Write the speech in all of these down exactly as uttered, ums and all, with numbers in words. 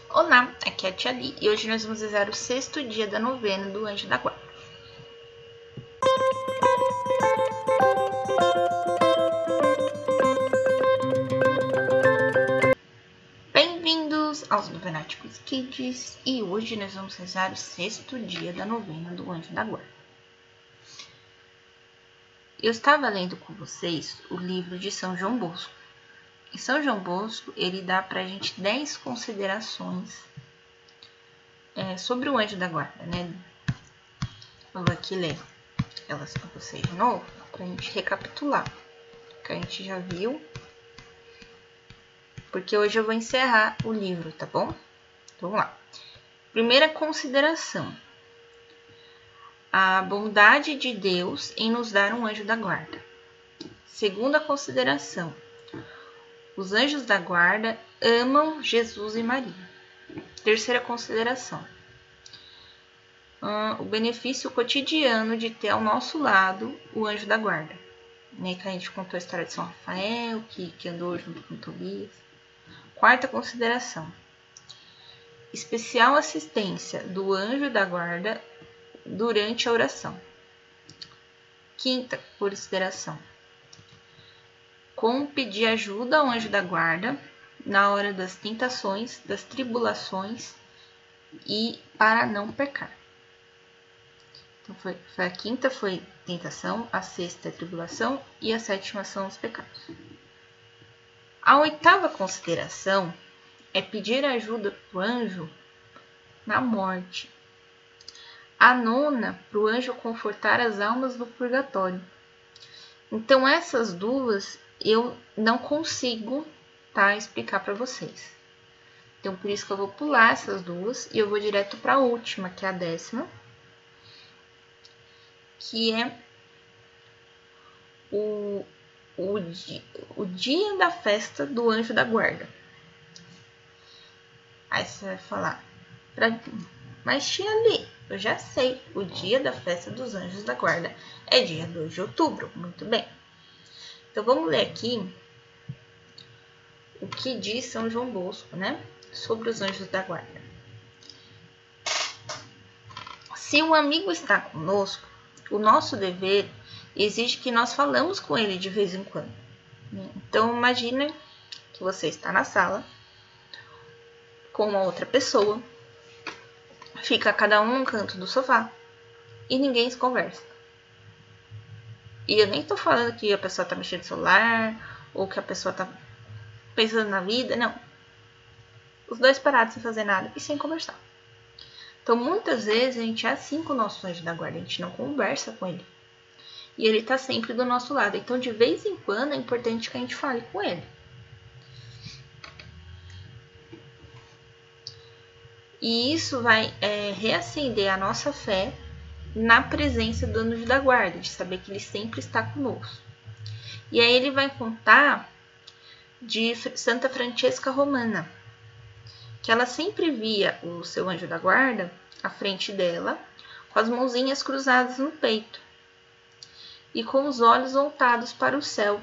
Olá, aqui é a Tia Li e hoje nós vamos rezar o sexto dia da novena do Anjo da Guarda. Bem-vindos aos Novenáticos Kids e hoje nós vamos rezar o sexto dia da novena do Anjo da Guarda. Eu estava lendo com vocês o livro de São João Bosco. E São João Bosco, ele dá pra gente dez considerações é, sobre o Anjo da Guarda, né? Eu vou aqui ler elas para vocês de novo, pra gente recapitular, que a gente já viu. Porque hoje eu vou encerrar o livro, tá bom? Então, vamos lá. Primeira consideração. A bondade de Deus em nos dar um anjo da guarda. Segunda consideração. Os anjos da guarda amam Jesus e Maria. Terceira consideração. Uh, o benefício cotidiano de ter ao nosso lado o anjo da guarda. Né, que a gente contou a história de São Rafael, que, que andou junto com Tobias. Quarta consideração. Especial assistência do anjo da guarda durante a oração. Quinta consideração. Como pedir ajuda ao anjo da guarda na hora das tentações, das tribulações e para não pecar. Então foi, foi a quinta foi tentação, a sexta é tribulação e a sétima são os pecados. A oitava consideração é pedir ajuda para o anjo na morte. A nona, para o anjo confortar as almas do purgatório. Então, essas duas eu não consigo tá, explicar para vocês. Então, por isso que eu vou pular essas duas e eu vou direto para a última, que é a décima, que é o O dia, o dia da festa do anjo da guarda. Aí você vai falar pra mim, mas tia Li, eu já sei, o dia da festa dos anjos da guarda é dia dois de outubro. Muito bem. Então vamos ler aqui o que diz São João Bosco, né, sobre os anjos da guarda. Se um amigo está conosco, o nosso dever exige que nós falamos com ele de vez em quando. Então, imagina que você está na sala com uma outra pessoa, fica cada um num canto do sofá e ninguém se conversa. E eu nem estou falando que a pessoa está mexendo no celular ou que a pessoa está pensando na vida, não. Os dois parados sem fazer nada e sem conversar. Então, muitas vezes a gente é assim com o nosso anjo da guarda, a gente não conversa com ele. E ele está sempre do nosso lado. Então, de vez em quando, é importante que a gente fale com ele. E isso vai é, reacender a nossa fé na presença do anjo da guarda, de saber que ele sempre está conosco. E aí ele vai contar de Santa Francesca Romana, que ela sempre via o seu anjo da guarda à frente dela, com as mãozinhas cruzadas no peito e com os olhos voltados para o céu.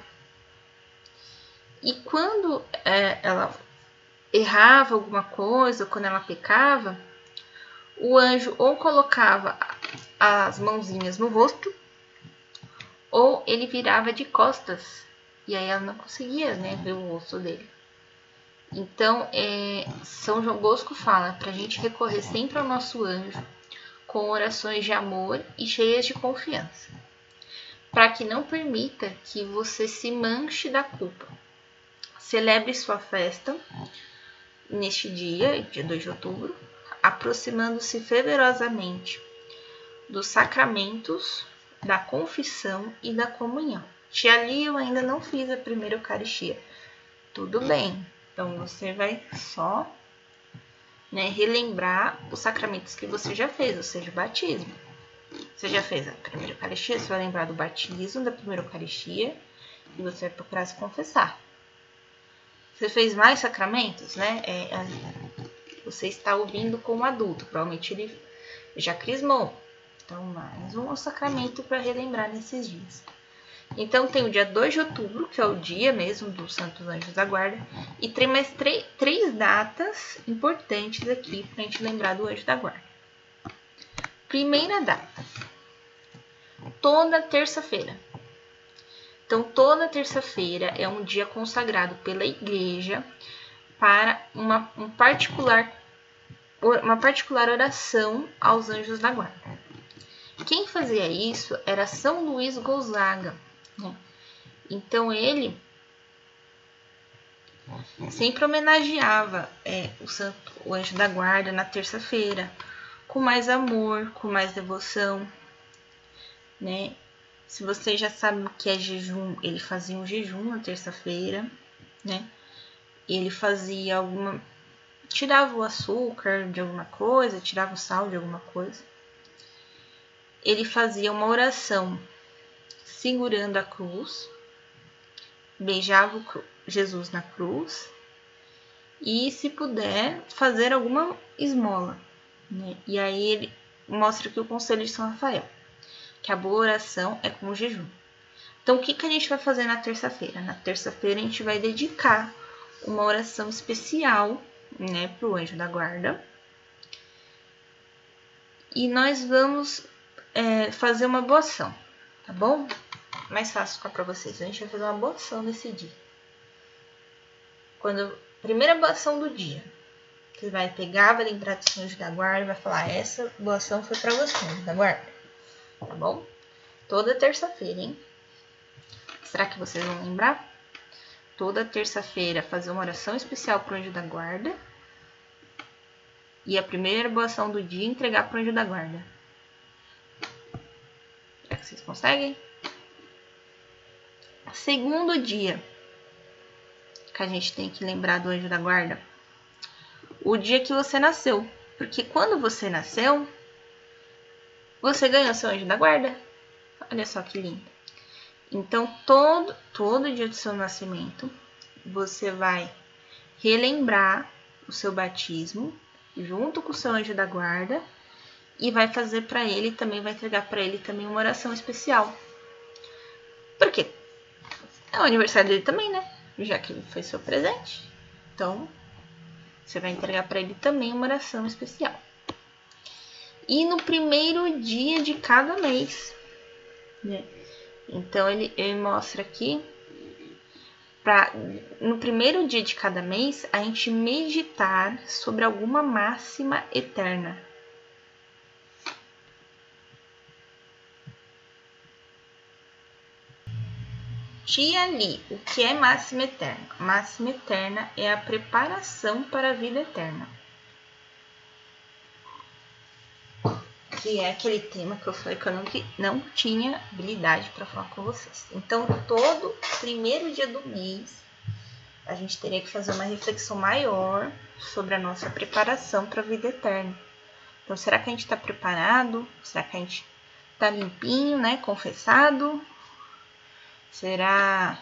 E quando é, ela errava alguma coisa, quando ela pecava, o anjo ou colocava as mãozinhas no rosto, ou ele virava de costas, e aí ela não conseguia, né, ver o rosto dele. Então, é, São João Bosco fala para a gente recorrer sempre ao nosso anjo, com orações de amor e cheias de confiança, para que não permita que você se manche da culpa. Celebre sua festa neste dia, dia dois de outubro, aproximando-se fervorosamente dos sacramentos, da confissão e da comunhão. Tia Li, eu ainda não fiz a primeira Eucaristia. Tudo bem, então você vai só, né, relembrar os sacramentos que você já fez, ou seja, o batismo. Você já fez a primeira Eucaristia, você vai lembrar do batismo, da primeira Eucaristia, e você vai procurar se confessar. Você fez mais sacramentos, né? É, você está ouvindo como adulto, provavelmente ele já crismou. Então, mais um sacramento para relembrar nesses dias. Então, tem o dia dois de outubro, que é o dia mesmo dos Santos Anjos da Guarda. E tem mais três datas importantes aqui pra gente lembrar do Anjo da Guarda. Primeira data. Toda terça-feira. Então, toda terça-feira é um dia consagrado pela igreja para uma, um particular, uma particular oração aos anjos da guarda. Quem fazia isso era São Luís Gonzaga, né? Então, ele sempre homenageava é, o, santo, o anjo da guarda na terça-feira, com mais amor, com mais devoção, né? Se você já sabe o que é jejum, ele fazia um jejum na terça-feira, né? Ele fazia alguma... tirava o açúcar de alguma coisa, tirava o sal de alguma coisa. Ele fazia uma oração segurando a cruz, beijava o Jesus na cruz e, se puder, fazer alguma esmola, né? E aí ele mostra aqui o conselho de São Rafael, que a boa oração é como jejum. Então, o que, que a gente vai fazer na terça-feira? Na terça-feira, a gente vai dedicar uma oração especial, né, para o anjo da guarda. E nós vamos é, fazer uma boa ação, tá bom? Mais fácil ficar para vocês. A gente vai fazer uma boa ação nesse dia. Quando primeira boa ação do dia, você vai pegar, vai lembrar do seu anjo da guarda e vai falar: essa boa ação foi para você, anjo da guarda. Tá bom? Toda terça-feira, hein? Será que vocês vão lembrar? Toda terça-feira fazer uma oração especial pro anjo da guarda. E a primeira boa ação do dia entregar pro anjo da guarda. Será que vocês conseguem? Segundo dia que a gente tem que lembrar do anjo da guarda. O dia que você nasceu. Porque quando você nasceu, você ganhou seu anjo da guarda. Olha só que lindo. Então, todo, todo dia do seu nascimento, você vai relembrar o seu batismo junto com o seu anjo da guarda e vai fazer para ele também, vai entregar para ele também uma oração especial. Por quê? É o aniversário dele também, né? Já que ele foi seu presente. Então, você vai entregar para ele também uma oração especial. E no primeiro dia de cada mês, né? Então, ele, ele mostra aqui, pra, no primeiro dia de cada mês, a gente meditar sobre alguma máxima eterna. Tia Li, o que é máxima eterna? Máxima eterna é a preparação para a vida eterna. Que é aquele tema que eu falei que eu não, não tinha habilidade para falar com vocês. Então, todo primeiro dia do mês, a gente teria que fazer uma reflexão maior sobre a nossa preparação para a vida eterna. Então, será que a gente está preparado? Será que a gente está limpinho, né? Confessado? Será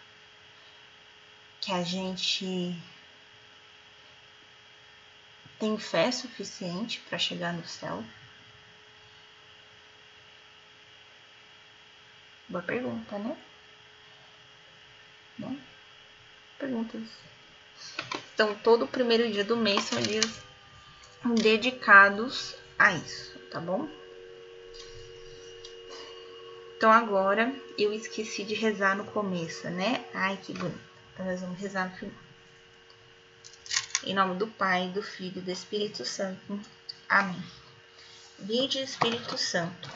que a gente tem fé suficiente para chegar no céu? Boa pergunta, né? Né? Perguntas. Então, todo o primeiro dia do mês são dias dedicados a isso, tá bom? Então, agora, eu esqueci de rezar no começo, né? Ai, que bonito. Então, nós vamos rezar no final. Em nome do Pai, do Filho e do Espírito Santo. Amém. Vinde, Espírito Santo,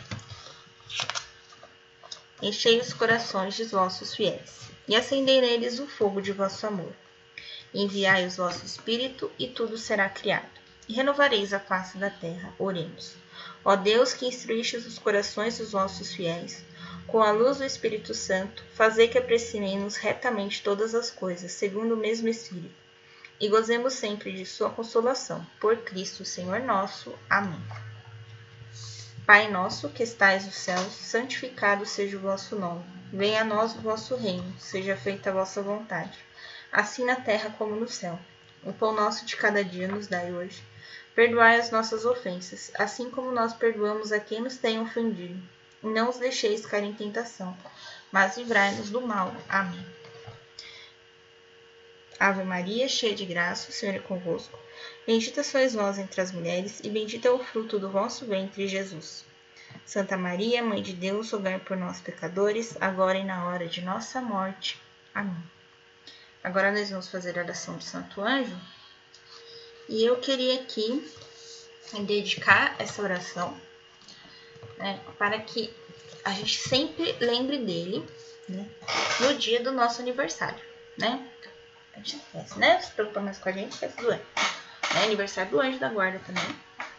enchei os corações dos vossos fiéis, e acendei neles o fogo de vosso amor. Enviai o vosso Espírito, e tudo será criado, e renovareis a face da terra. Oremos. Ó Deus, que instruístes os corações dos vossos fiéis, com a luz do Espírito Santo, fazei que apreciemos retamente todas as coisas, segundo o mesmo Espírito, e gozemos sempre de sua consolação. Por Cristo, Senhor nosso. Amém. Pai nosso, que estais nos céus, santificado seja o vosso nome. Venha a nós o vosso reino, seja feita a vossa vontade, assim na terra como no céu. O pão nosso de cada dia nos dai hoje. Perdoai as nossas ofensas, assim como nós perdoamos a quem nos tem ofendido. não os deixeis cair em tentação, mas livrai-nos do mal. Amém. Ave Maria, cheia de graça, o Senhor é convosco. Bendita sois vós entre as mulheres, e bendito é o fruto do vosso ventre, Jesus. Santa Maria, Mãe de Deus, rogai por nós, pecadores, agora e na hora de nossa morte. Amém. Agora nós vamos fazer a oração do Santo Anjo. E eu queria aqui dedicar essa oração, né, para que a gente sempre lembre dele, né, no dia do nosso aniversário, né? A gente esquece, né? Se preocupa mais com a gente, esquece do anjo. É aniversário do anjo da guarda também.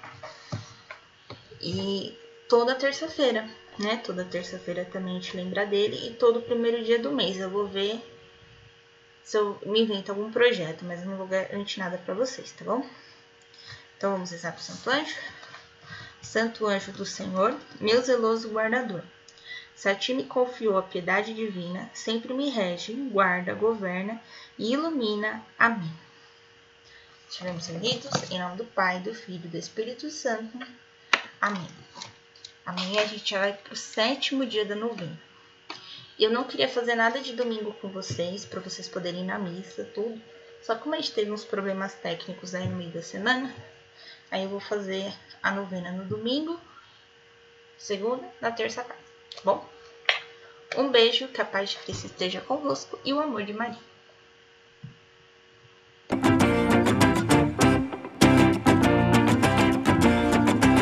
E toda terça-feira, né? Toda terça-feira também a gente lembra dele. E todo primeiro dia do mês eu vou ver se eu me invento algum projeto, mas eu não vou garantir nada para vocês, tá bom? Então vamos rezar pro Santo Anjo. Santo Anjo do Senhor, meu zeloso guardador, se a ti me confiou a piedade divina, sempre me rege, guarda, governa e ilumina. Amém. Estivemos unidos em nome do Pai, do Filho e do Espírito Santo. Amém. Amanhã a gente já vai pro sétimo dia da novena. Eu não queria fazer nada de domingo com vocês, para vocês poderem ir na missa, tudo. Só como a gente teve uns problemas técnicos aí no meio da semana, aí eu vou fazer a novena no domingo, segunda, na terça-feira, tá bom? Um beijo, que a paz de Cristo esteja convosco e o amor de Maria.